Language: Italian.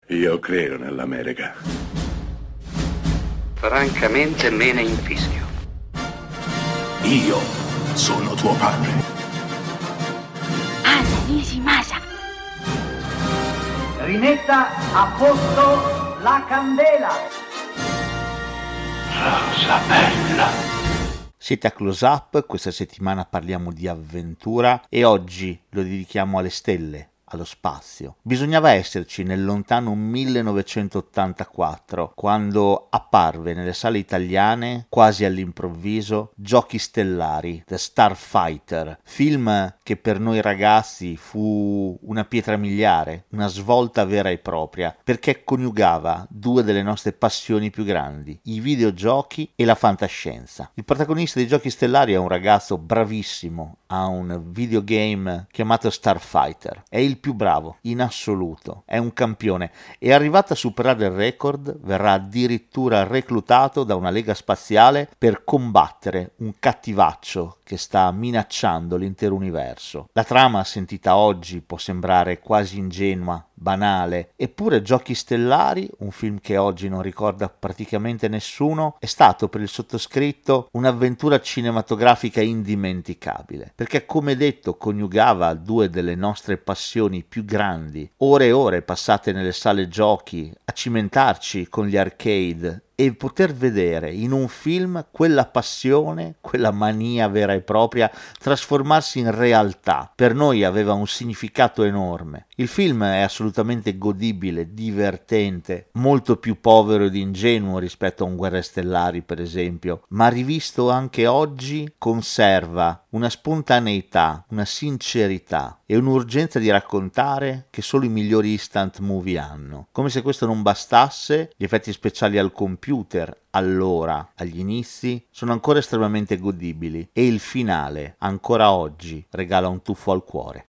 Io credo nell'America. Francamente me ne infischio. Io sono tuo padre. Anna Nishimasa. Rimetta a posto la candela. Rosa bella. Siete a Close Up, questa settimana parliamo di avventura e oggi lo dedichiamo alle stelle, allo spazio. Bisognava esserci nel lontano 1984, quando apparve nelle sale italiane, quasi all'improvviso, Giochi stellari, The Starfighter, film che per noi ragazzi fu una pietra miliare, una svolta vera e propria, perché coniugava due delle nostre passioni più grandi, i videogiochi e la fantascienza. Il protagonista dei Giochi stellari è un ragazzo bravissimo, ha un videogame chiamato Starfighter, è il più bravo in assoluto, è un campione e arrivato a superare il record verrà addirittura reclutato da una lega spaziale per combattere un cattivaccio che sta minacciando l'intero universo. La trama sentita oggi può sembrare quasi ingenua, banale, eppure Giochi stellari, un film che oggi non ricorda praticamente nessuno, è stato per il sottoscritto un'avventura cinematografica indimenticabile, perché come detto coniugava due delle nostre passioni più grandi, ore e ore passate nelle sale giochi, a cimentarci con gli arcade e poter vedere in un film quella passione, quella mania vera e propria trasformarsi in realtà. Per noi aveva un significato enorme. Il film è assolutamente godibile, divertente, molto più povero ed ingenuo rispetto a un Guerre Stellari per esempio, ma rivisto anche oggi conserva una spontaneità, una sincerità e un'urgenza di raccontare che solo i migliori instant movie hanno. Come se questo non bastasse, gli effetti speciali al computer allora, agli inizi, sono ancora estremamente godibili e il finale, ancora oggi, regala un tuffo al cuore.